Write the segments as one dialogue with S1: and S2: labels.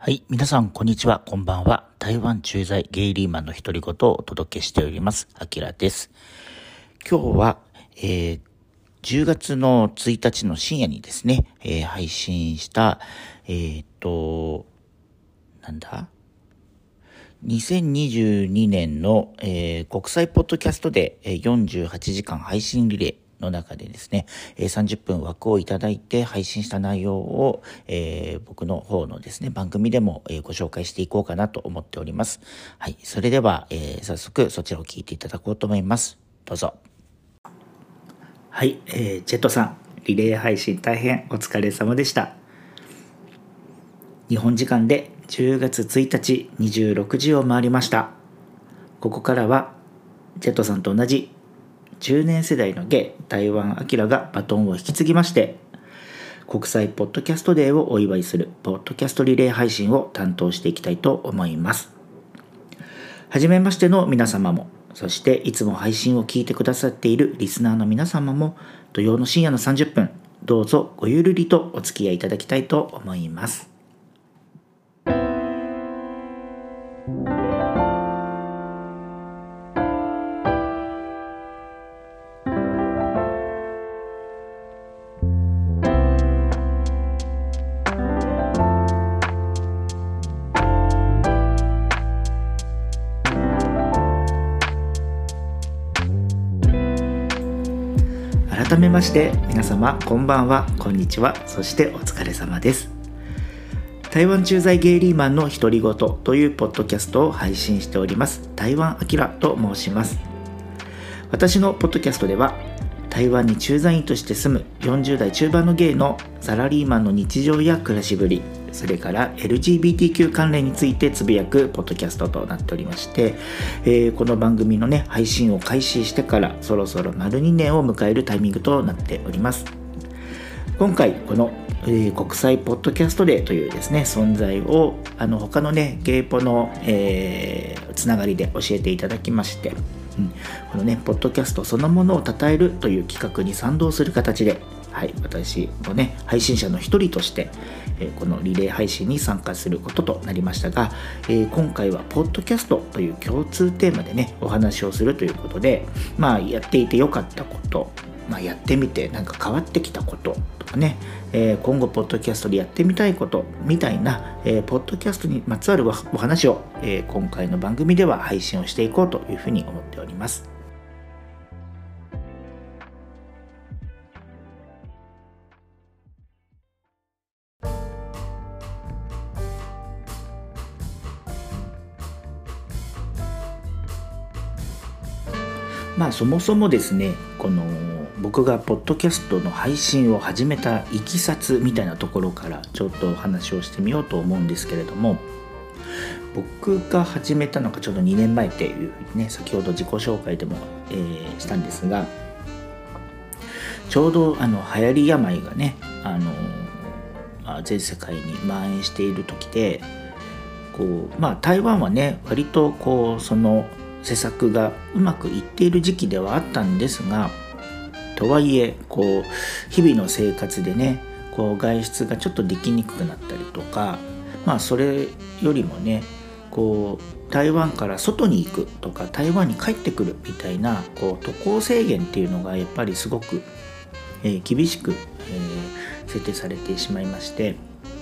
S1: はい。皆さん、こんにちは。こんばんは。台湾駐在ゲイリーマンの独り言をお届けしております。あきらです。今日は、10月の1日の深夜にですね、配信した、2022年の、国際ポッドキャストで48時間配信リレーの中でですね、30分枠をいただいて配信した内容を、僕の方のですね、番組でも、ご紹介していこうかなと思っております。はい。それでは、早速そちらを聞いていただこうと思います。どうぞ。はい。ジェットさん、リレー配信大変お疲れ様でした。日本時間で10月1日26時を回りました。ここからはジェットさんと同じ10年世代のゲイ台湾アキラがバトンを引き継ぎまして、国際ポッドキャストデーをお祝いするポッドキャストリレー配信を担当していきたいと思います。はじめましての皆様も、そしていつも配信を聞いてくださっているリスナーの皆様も、土曜の深夜の30分どうぞごゆるりとお付き合いいただきたいと思います。改めまして皆様こんばんは、こんにちは、そしてお疲れ様です。台湾駐在ゲイリーマンの独り言というポッドキャストを配信しております台湾アキラと申します。私のポッドキャストでは台湾に駐在員として住む40代中盤のゲイのサラリーマンの日常や暮らしぶり、それから LGBTQ 関連についてつぶやくポッドキャストとなっておりまして、この番組のね配信を開始してからそろそろ丸2年を迎えるタイミングとなっております。今回この、国際ポッドキャストデーというですね存在を他のねゲイポの、つながりで教えていただきまして、このねポッドキャストそのものを称えるという企画に賛同する形で、はい、私もね配信者の一人として、このリレー配信に参加することとなりましたが、今回はポッドキャストという共通テーマでねお話をするということで、やっていてよかったこと、やってみてなんか変わってきたこととかね、今後ポッドキャストでやってみたいことみたいな、ポッドキャストにまつわるお話を、今回の番組では配信をしていこうというふうに思っております。そもそもですね、この僕がポッドキャストの配信を始めたいきさつみたいなところからちょっとお話をしてみようと思うんですけれども、僕が始めたのがちょうど2年前っていうふうにね先ほど自己紹介でも、したんですが、ちょうど流行り病がね全世界に蔓延している時で、台湾はね割とその施策がうまくいっている時期ではあったんですが、とはいえ日々の生活でね外出がちょっとできにくくなったりとか、それよりもね台湾から外に行くとか台湾に帰ってくるみたいな渡航制限っていうのがやっぱりすごく、厳しく、設定されてしまいまして、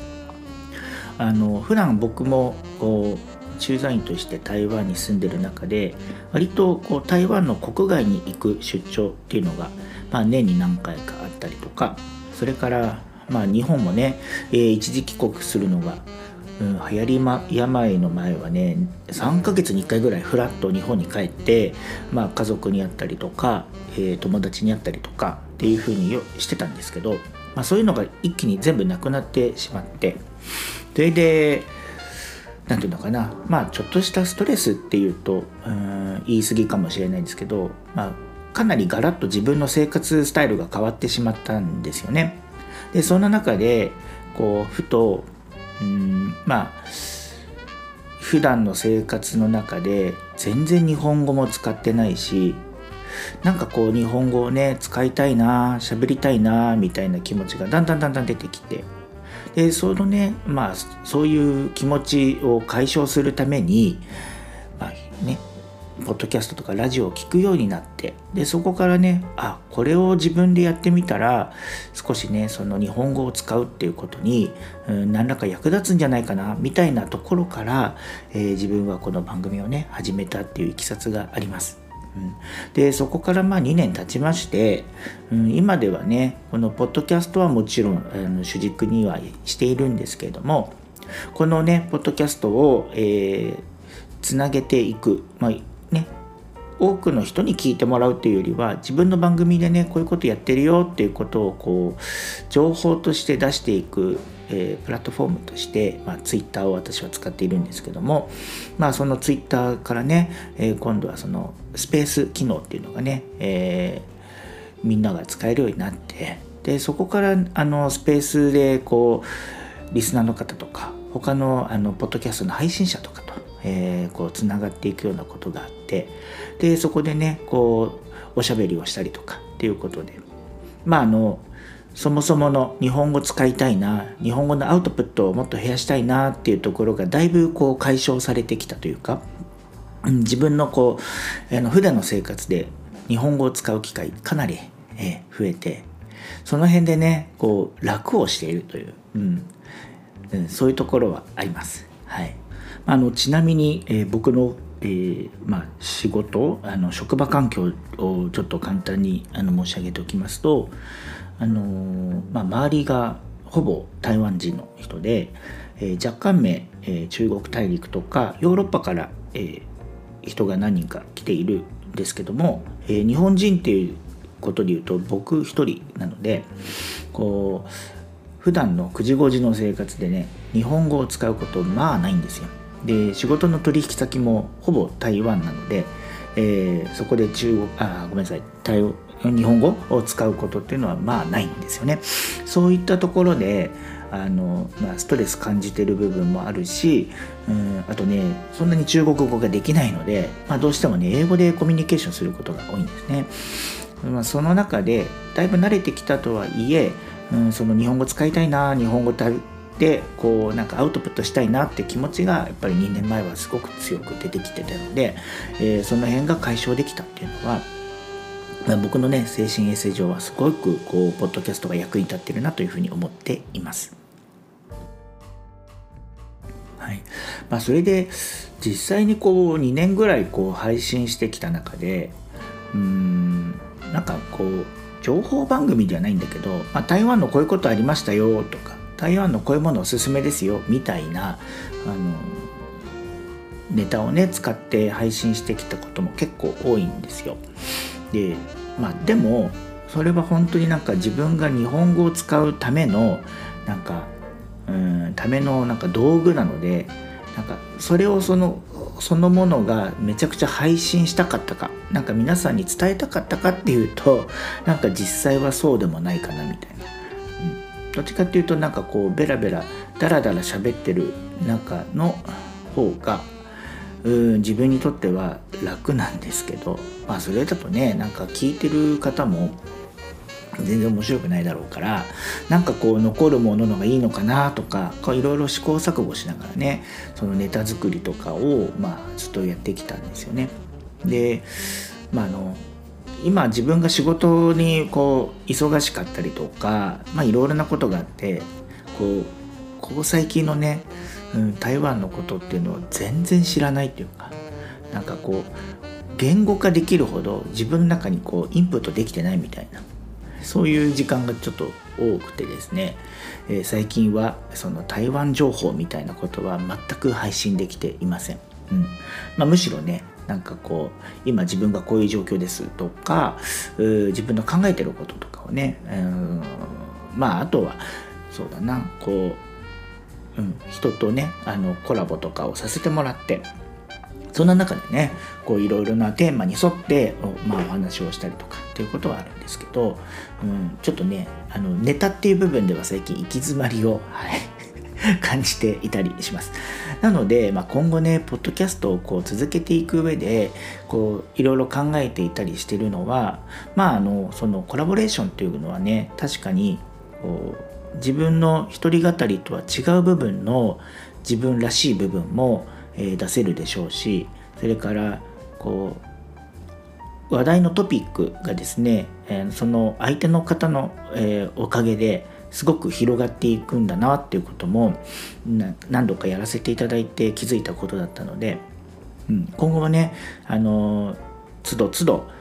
S1: 普段僕も駐在員として台湾に住んでる中で割と台湾の国外に行く出張っていうのが、年に何回かあったりとか、それから、日本もね、一時帰国するのが、流行り病の前はね3ヶ月に1回ぐらいフラッと日本に帰って、家族に会ったりとか、友達に会ったりとかっていう風にしてたんですけど、そういうのが一気に全部なくなってしまって、それでなんていうのかな、ちょっとしたストレスっていうと言い過ぎかもしれないんですけど、かなりガラッと自分の生活スタイルが変わってしまったんですよね。でそんな中でふと普段の生活の中で全然日本語も使ってないし、なんか日本語をね使いたいな、喋りたいなみたいな気持ちがだんだん出てきて、 でそのね、そういう気持ちを解消するために、ポッドキャストとかラジオを聞くようになって、でそこからね、これを自分でやってみたら少しねその日本語を使うっていうことに、何らか役立つんじゃないかなみたいなところから、自分はこの番組をね始めたっていういきさつがあります。でそこから2年経ちまして、今ではねこのポッドキャストはもちろん主軸にはしているんですけれども、このねポッドキャストを、つなげていく、多くの人に聞いてもらうというよりは、自分の番組でねこういうことやってるよっていうことを情報として出していく、プラットフォームとして、ツイッターを私は使っているんですけども、そのツイッターからね、今度はそのスペース機能っていうのがね、みんなが使えるようになって、でそこからスペースでリスナーの方とか他のポッドキャストの配信者とかとつながっていくようなことがあって、でそこでねおしゃべりをしたりとかっていうことで、そもそもの日本語使いたいな、日本語のアウトプットをもっと増やしたいなっていうところがだいぶ解消されてきたというか、自分の普段の生活で日本語を使う機会かなり増えて、その辺でね楽をしているという、そういうところはあります。はい。ちなみに、僕の、仕事職場環境をちょっと簡単に申し上げておきますと、周りがほぼ台湾人の人で、若干名、中国大陸とかヨーロッパから、人が何人か来ているんですけども、日本人っていうことでいうと僕一人なので、普段の9時5時の生活でね日本語を使うことないんですよ。で仕事の取引先もほぼ台湾なので、そこで日本語を使うことっていうのはないんですよね。そういったところでストレス感じてる部分もあるし、あとねそんなに中国語ができないので、どうしてもね英語でコミュニケーションすることが多いんですね。その中でだいぶ慣れてきたとはいえ、その日本語使いたいな、日本語でアウトプットしたいなって気持ちがやっぱり2年前はすごく強く出てきてたので、その辺が解消できたっていうのは、僕のね精神衛生上はすごくポッドキャストが役に立ってるなというふうに思っています。はい。それで実際に2年ぐらい配信してきた中で、情報番組ではないんだけど、台湾のこういうことありましたよとか、台湾のこういうものおすすめですよみたいなネタをね使って配信してきたことも結構多いんですよ。でもそれは本当に自分が日本語を使うための道具なので、それをそのものがめちゃくちゃ配信したかったか、皆さんに伝えたかったかっていうと実際はそうでもないかなみたいな、どっちかっていうとベラベラダラダラ喋ってる中の方が自分にとっては楽なんですけど、それだとね聞いてる方も全然面白くないだろうから、残るもののがいいのかなとかいろいろ試行錯誤しながらねそのネタ作りとかをずっとやってきたんですよね。で今自分が仕事に忙しかったりとかいろいろなことがあって、ここ最近のね、台湾のことっていうのを全然知らないっていうか、言語化できるほど自分の中にインプットできてないみたいな、そういう時間がちょっと多くてですね、最近はその台湾情報みたいなことは全く配信できていません。むしろね今自分がこういう状況ですとか、自分の考えてることとかをね、あとはそうだな人とねコラボとかをさせてもらって、そんな中でねいろいろなテーマに沿ってお話をしたりとかっていうことはあるんですけど、ちょっとねネタっていう部分では最近行き詰まりを、感じていたりします。なので、今後ねポッドキャストを続けていく上でいろいろ考えていたりしてるのは、そのコラボレーションっていうのはね確かに自分の一人語りとは違う部分の自分らしい部分も、出せるでしょうし、それからこう話題のトピックがですね、その相手の方の、おかげですごく広がっていくんだなっていうことも何度かやらせていただいて気づいたことだったので、今後はね都度都度、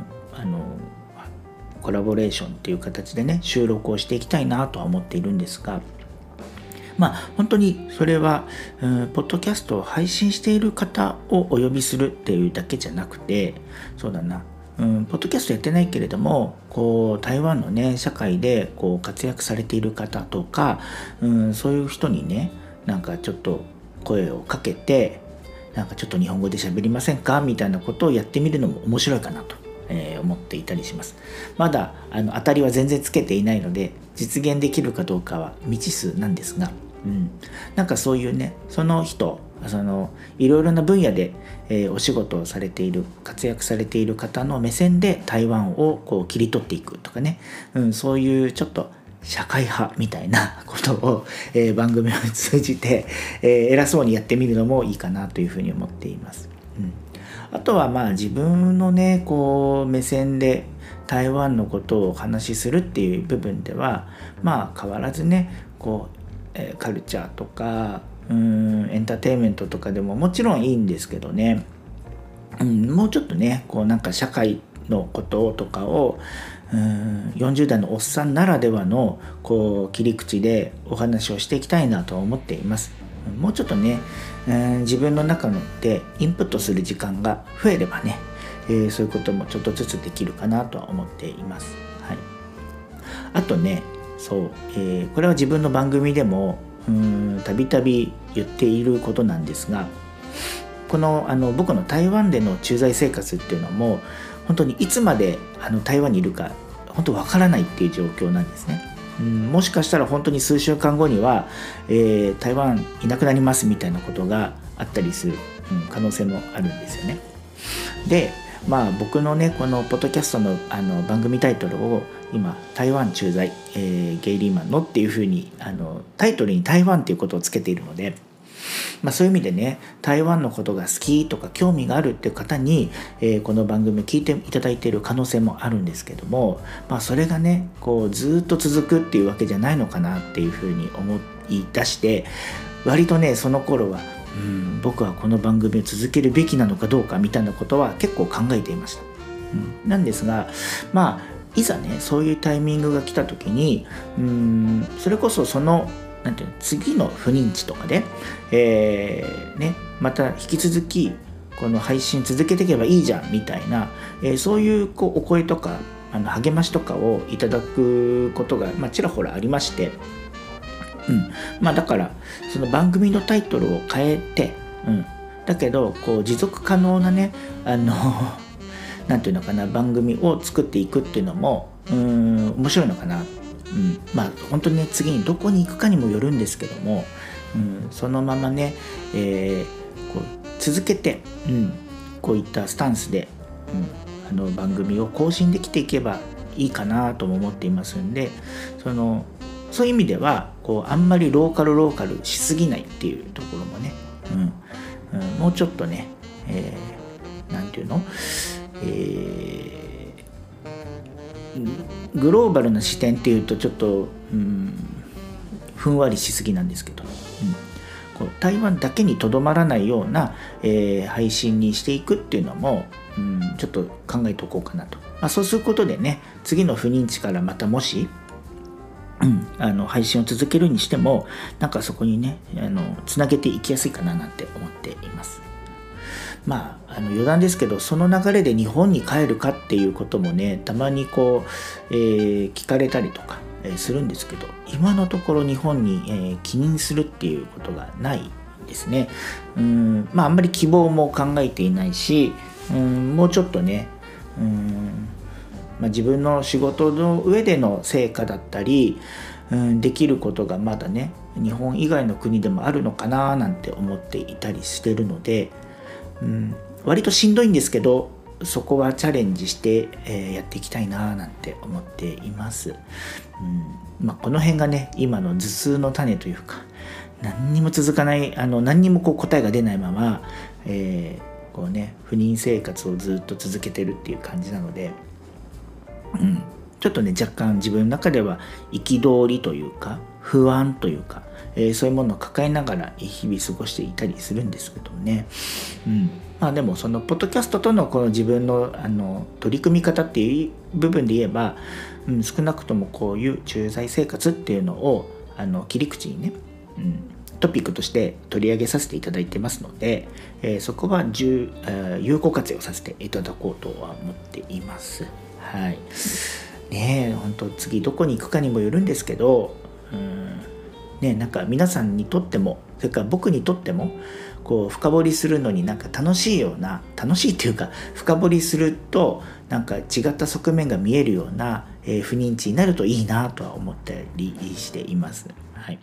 S1: コラボレーションっていう形でね収録をしていきたいなとは思っているんですが、本当にそれは、ポッドキャストを配信している方をお呼びするっていうだけじゃなくて、そうだな、ポッドキャストやってないけれどもこう台湾のね社会でこう活躍されている方とか、そういう人にねなんかちょっと声をかけて、なんかちょっと日本語で喋りませんかみたいなことをやってみるのも面白いかなと、思っていたりします。まだ当たりは全然つけていないので実現できるかどうかは未知数なんですが、なんかそういうねその人いろいろな分野で、お仕事をされている活躍されている方の目線で台湾をこう切り取っていくとかね、そういうちょっと社会派みたいなことを、番組を通じて、偉そうにやってみるのもいいかなというふうに思っています。あとは自分のねこう目線で台湾のことをお話しするっていう部分では変わらずねこう、カルチャーとかエンターテインメントとかでももちろんいいんですけどね、もうちょっとねこうなんか社会のこととかを40代のおっさんならではのこう切り口でお話をしていきたいなと思っています。もうちょっとね、自分の中でインプットする時間が増えればね、そういうこともちょっとずつできるかなとは思っています。あとねこれは自分の番組でもたびたび言っていることなんですが、この僕の台湾での駐在生活っていうのも本当にいつまで台湾にいるか本当わからないっていう状況なんですね。もしかしたら本当に数週間後には、台湾いなくなりますみたいなことがあったりする、可能性もあるんですよね。で僕のねこのポッドキャストの番組タイトルを今台湾駐在、ゲイリーマンのっていうふうにタイトルに台湾っていうことをつけているので、そういう意味でね台湾のことが好きとか興味があるっていう方に、この番組を聞いていただいている可能性もあるんですけども、それがねこうずっと続くっていうわけじゃないのかなっていうふうに思い出して、割とねその頃は僕はこの番組を続けるべきなのかどうかみたいなことは結構考えていました。なんですがいざねそういうタイミングが来た時にそれこそそのなんていうの次の不妊地とかで、また引き続きこの配信続けていけばいいじゃんみたいな、そういうお声とか励ましとかをいただくことがちらほらありまして、だからその番組のタイトルを変えて、だけどこう持続可能なねなんていうのかな番組を作っていくっていうのも面白いのかな。本当にね次にどこに行くかにもよるんですけども、そのままね、こう続けて、こういったスタンスで、番組を更新できていけばいいかなとも思っていますんで、そういう意味ではこうあんまりローカルしすぎないっていうところもね、もうちょっとね、なんていうの、グローバルな視点っていうとちょっと、ふんわりしすぎなんですけど、こう台湾だけにとどまらないような、配信にしていくっていうのも、ちょっと考えておこうかなと、そうすることでね次の不妊地からまたもし、配信を続けるにしてもなんかそこにねつなげていきやすいかななんて思っています。余談ですけどその流れで日本に帰るかっていうこともねたまにこう、聞かれたりとか、するんですけど、今のところ日本に、帰任するっていうことがないですね。あんまり希望も考えていないし、もうちょっとね自分の仕事の上での成果だったり、できることがまだね日本以外の国でもあるのかななんて思っていたりしてるので、割としんどいんですけどそこはチャレンジして、やっていきたいななんて思っています。この辺がね今の頭痛の種というか、何にも続かない何にも答えが出ないまま、不妊生活をずっと続けてるっていう感じなので、ちょっとね若干自分の中では憤りというか不安というか、そういうものを抱えながら日々過ごしていたりするんですけどね。でもそのポッドキャストとのこの自分の取り組み方っていう部分で言えば、少なくともこういう駐在生活っていうのを切り口にね、トピックとして取り上げさせていただいてますので、そこは有効活用させていただこうとは思っています。はいね、本当次どこに行くかにもよるんですけど、なんか皆さんにとってもそれから僕にとっても深掘りするのになんか楽しいっていうか、深掘りするとなんか違った側面が見えるような、不妊地になるといいなとは思ったりしています。はい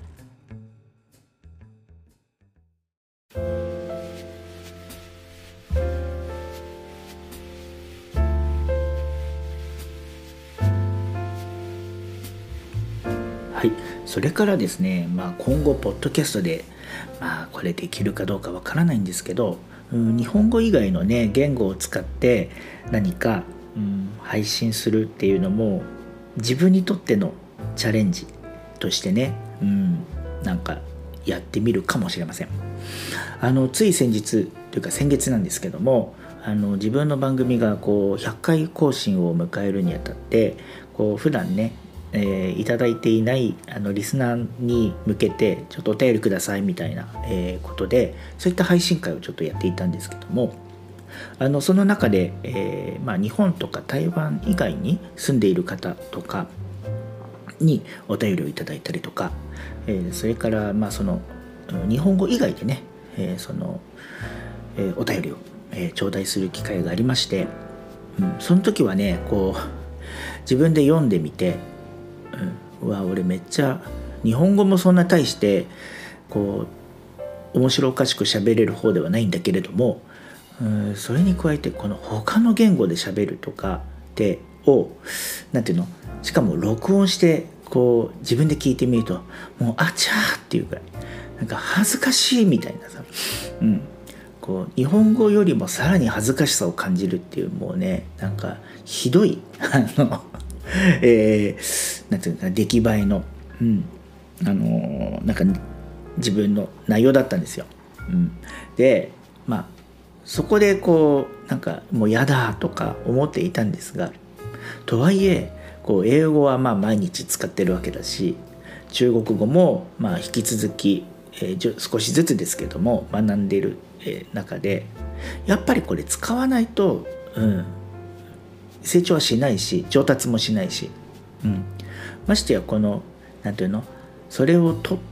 S1: はい、それからですね、今後ポッドキャストで、これできるかどうかわからないんですけど、日本語以外のね言語を使って何か、配信するっていうのも自分にとってのチャレンジとしてね、なんかやってみるかもしれません。つい先日というか先月なんですけども、自分の番組が100回更新を迎えるにあたって普段ねいただいていないリスナーに向けてちょっとお便りくださいみたいな、ことでそういった配信会をちょっとやっていたんですけども、その中で、日本とか台湾以外に住んでいる方とかにお便りをいただいたりとか、それからその日本語以外でね、お便りを、頂戴する機会がありまして、その時はね自分で読んでみて、俺めっちゃ日本語もそんな大して面白おかしく喋れる方ではないんだけれども、それに加えてこの他の言語で喋るとかなんていうの、しかも録音して自分で聞いてみるともうあちゃーっていうかなんか恥ずかしいみたいなさ、日本語よりもさらに恥ずかしさを感じるっていう、もうねなんかひどいなんていうか出来栄えの、なんか自分の内容だったんですよ。でそこでなんかもうやだとか思っていたんですが、とはいえ英語は毎日使ってるわけだし、中国語も引き続き、少しずつですけども学んでいる、中でやっぱりこれ使わないと、成長はしないし上達もしないし、ましてやなんていうの、それを取って、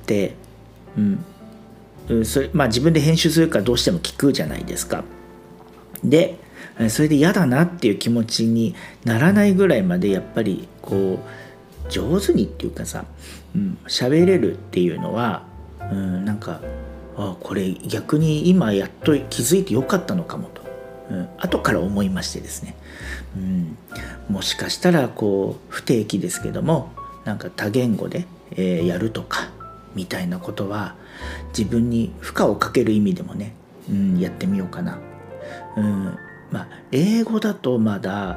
S1: 自分で編集するからどうしても聞くじゃないですか。でそれで嫌だなっていう気持ちにならないぐらいまでやっぱり上手にっていうかさ、喋れるっていうのは、なんかこれ逆に今やっと気づいてよかったのかもと、後から思いましてですね、もしかしたら不定期ですけどもなんか多言語で、やるとかみたいなことは自分に負荷をかける意味でもね、やってみようかな。英語だとまだ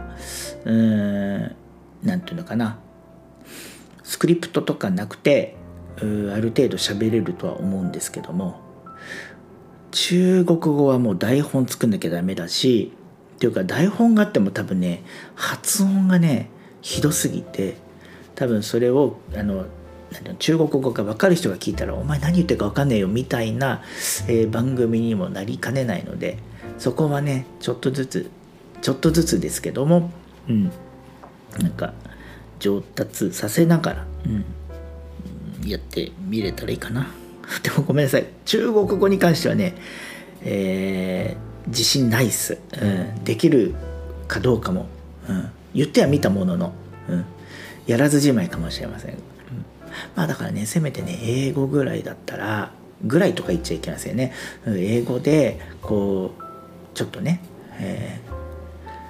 S1: なんていうのかな、スクリプトとかなくてある程度喋れるとは思うんですけども、中国語はもう台本作んなきゃダメだし、っていうか台本があっても多分ね発音がねひどすぎて、多分それを中国語が分かる人が聞いたらお前何言ってるか分かんねえよみたいな、番組にもなりかねないので、そこはねちょっとずつですけども、なんか上達させながら、やってみれたらいいかな。でもごめんなさい、中国語に関してはね、自信ないっす、できるかどうかも、言ってはみたものの、やらずじまいかもしれません。だからねせめてね英語ぐらいだったら、ぐらいとか言っちゃいけませんね。英語でちょっとね、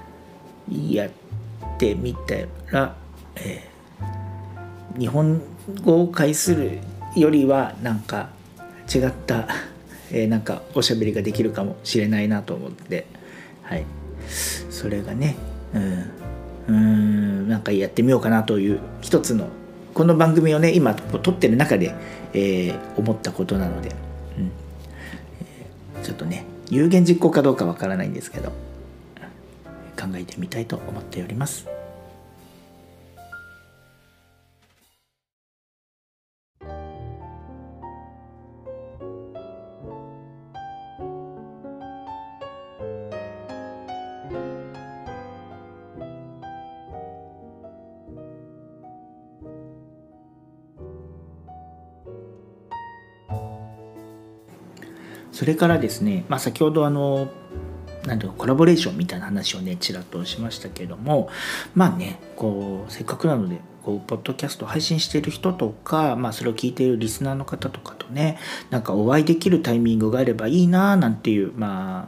S1: やってみたら、日本語を介するよりはなんか違った、なんかおしゃべりができるかもしれないなと思って、はい、それがね、なんかやってみようかなという一つのこの番組をね今撮ってる中で、思ったことなので、ちょっとね有言実行かどうかわからないんですけど考えてみたいと思っております。それからですね、先ほどなんていうかコラボレーションみたいな話をねちらっとしましたけども、こうせっかくなのでこうポッドキャスト配信している人とか、それを聞いているリスナーの方とかとねなんかお会いできるタイミングがあればいいななんていう、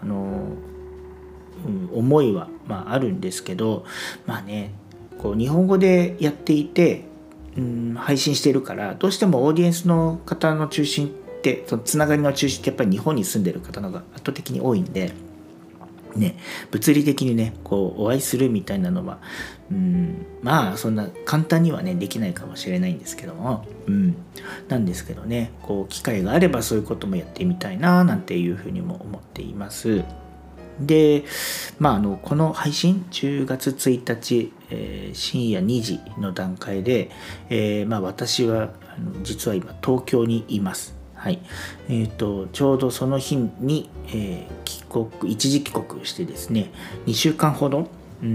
S1: 思いはあるんですけど、こう日本語でやっていて、配信しているからどうしてもオーディエンスの方の中心ってそのつながりの中心ってやっぱり日本に住んでる方の方が圧倒的に多いんで、物理的にねこうお会いするみたいなのはそんな簡単にはねできないかもしれないんですけども、なんですけどねこう機会があればそういうこともやってみたいななんていうふうにも思っています。で、この配信10月1日、深夜2時の段階で、私は実は今東京にいます。はい、ちょうどその日に、一時帰国してですね2週間ほど、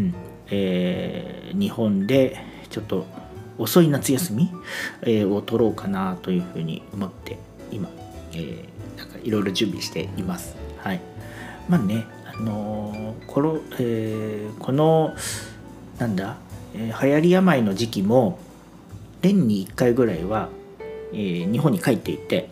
S1: 日本でちょっと遅い夏休み、を取ろうかなというふうに思って今、なんかいろいろ準備しています。はい、この流行り病の時期も年に1回ぐらいは、日本に帰っていて、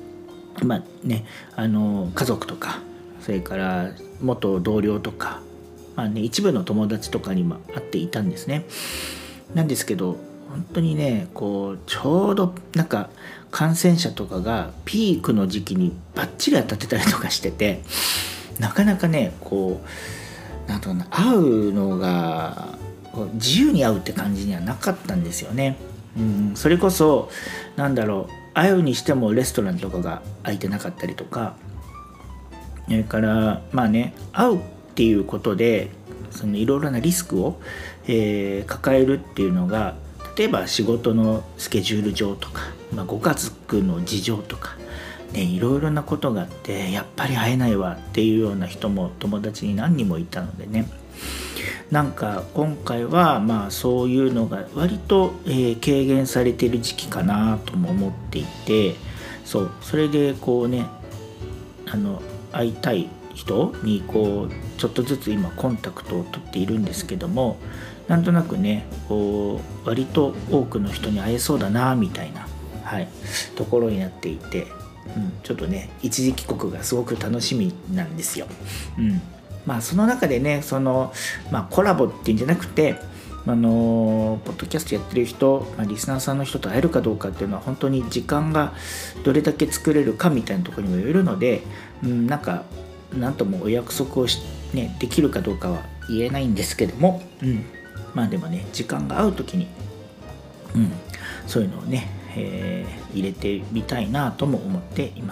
S1: 家族とかそれから元同僚とか、一部の友達とかにも会っていたんですね。なんですけど本当にねこうちょうどなんか感染者とかがピークの時期にバッチリ当たってたりとかしてて、なかなかねこう会うのが自由に会うって感じにはなかったんですよね。それこそ会うにしてもレストランとかが空いてなかったりとか、それから会うっていうことでそのいろいろなリスクを、抱えるっていうのが例えば仕事のスケジュール上とか、ご家族の事情とかいろいろなことがあってやっぱり会えないわっていうような人も友達に何人もいたのでね、なんか今回はそういうのが割と、軽減されている時期かなとも思っていて、それでこうね会いたい人にこうちょっとずつ今コンタクトを取っているんですけども、なんとなくねこう割と多くの人に会えそうだなみたいな、ところになっていて、ちょっとね一時帰国がすごく楽しみなんですよ。その中でねコラボっていうんじゃなくてポッドキャストやってる人、リスナーさんの人と会えるかどうかっていうのは本当に時間がどれだけ作れるかみたいなところにもよるので、なんともお約束をできるかどうかは言えないんですけども、でもね時間が合う時に、そういうのをね、入れてみたいなとも思っています。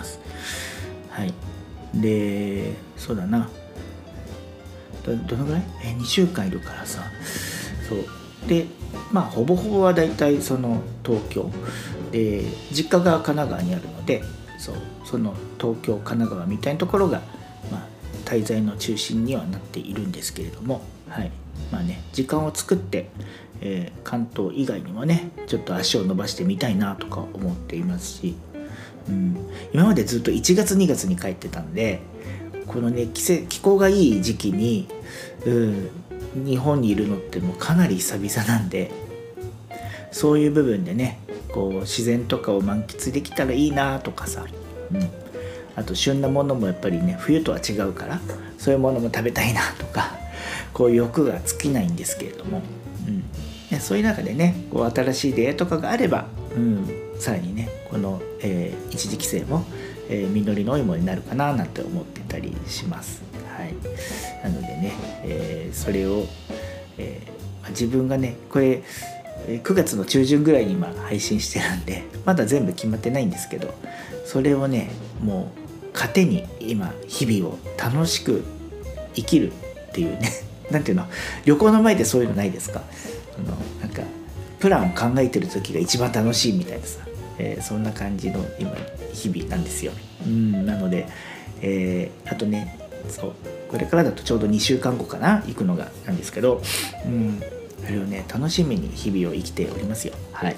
S1: でそうだなどのぐらい2週間いるからさ、でほぼほぼはだいたいその東京で実家が神奈川にあるのでその東京神奈川みたいなところが、滞在の中心にはなっているんですけれども、時間を作って、関東以外にもねちょっと足を伸ばしてみたいなとか思っていますし、今までずっと1月2月に帰ってたんでこのね気候がいい時期に、日本にいるのってもうかなり久々なんで、そういう部分でねこう自然とかを満喫できたらいいなとかさ、あと旬なものもやっぱりね冬とは違うからそういうものも食べたいなとか、 こう欲が尽きないんですけれども、そういう中でねこう新しい出会いとかがあれば、さらにねこの、一時帰省も、実りの良いものになるかななんて思ってたりします。はい、なのでね、それを、自分がねこれ9月の中旬ぐらいに今配信してるんでまだ全部決まってないんですけど、それをねもう糧に今日々を楽しく生きるっていうねなんていうの、旅行の前でそういうのないですか？なんかプランを考えてる時が一番楽しいみたいなさ、そんな感じの今日々なんですよ。なので、あとねそうこれからだとちょうど2週間後かな行くのがなんですけど、それをね楽しみに日々を生きておりますよ。はい、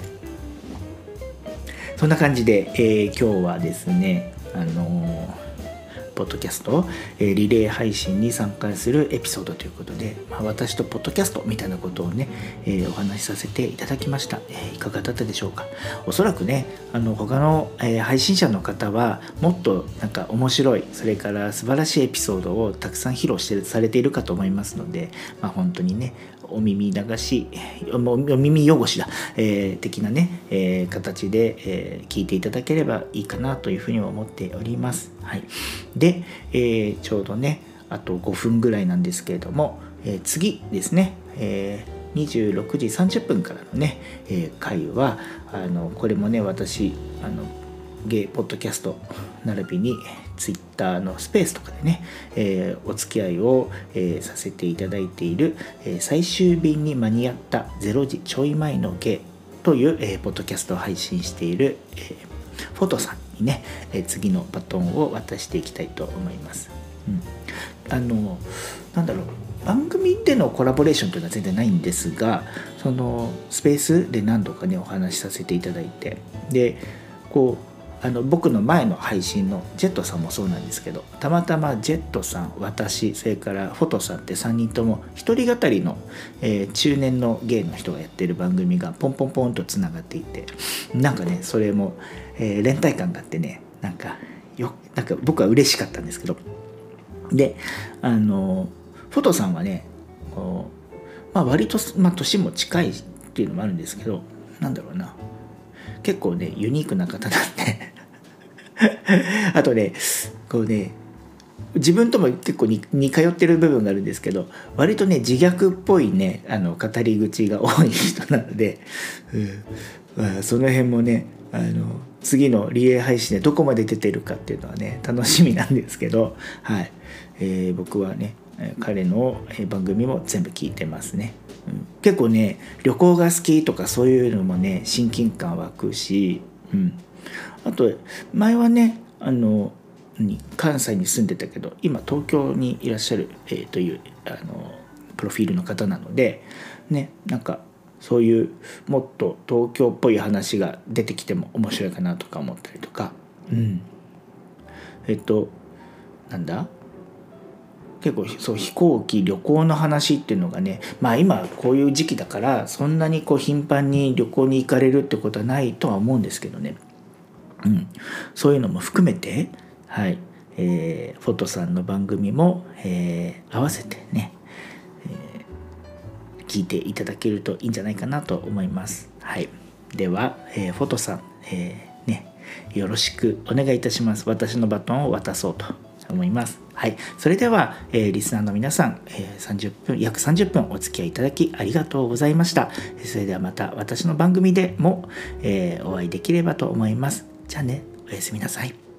S1: そんな感じで、今日はですねポッドキャスト、リレー配信に参加するエピソードということで、私とポッドキャストみたいなことをね、お話しさせていただきました。いかがだったでしょうか。おそらくね他の、配信者の方はもっとなんか面白い、それから素晴らしいエピソードをたくさん披露されているかと思いますので、本当にねお耳流しお耳汚しだ、的なね、形で、聞いていただければいいかなというふうに思っております。はい、で、ちょうどねあと5分ぐらいなんですけれども、次ですね、26時30分からのね、回はこれもね私ゲイポッドキャスト並びにツイッターのスペースとかでね、お付き合いを、させていただいている、最終便に間に合った0時ちょい前のゲイという、ポッドキャストを配信している、フォトさんにね、次のバトンを渡していきたいと思います。なんだろう、番組でのコラボレーションというのは全然ないんですが、そのスペースで何度かねお話しさせていただいて、でこう僕の前の配信のジェットさんもそうなんですけど、たまたまジェットさん、私、それからフォトさんって3人とも一人語りの、中年のゲイの人がやってる番組がポンポンポンとつながっていて、なんかねそれも、連帯感があってね、なんか僕は嬉しかったんですけど、でフォトさんはね割と、年も近いっていうのもあるんですけど、なんだろうな、結構ねユニークな方なんであとねこうね自分とも結構似通ってる部分があるんですけど、割とね自虐っぽいね語り口が多い人なので、その辺もね次のリレー配信でどこまで出てるかっていうのはね楽しみなんですけど、はい、僕はね彼の番組も全部聞いてますね。結構ね旅行が好きとかそういうのもね親近感湧くし、あと前はね関西に住んでたけど今東京にいらっしゃる、というプロフィールの方なのでね、なんかそういうもっと東京っぽい話が出てきても面白いかなとか思ったりとか、なんだ結構そう飛行機旅行の話っていうのがね、今こういう時期だからそんなにこう頻繁に旅行に行かれるってことはないとは思うんですけどね、そういうのも含めて、はい、フォトさんの番組も、合わせてね、聞いていただけるといいんじゃないかなと思います。はい、では、フォトさん、よろしくお願いいたします。私のバトンを渡そうと思います。はい、それでは、リスナーの皆さん、約30分お付き合いいただきありがとうございました。それではまた私の番組でも、お会いできればと思います。じゃあね、おやすみなさい。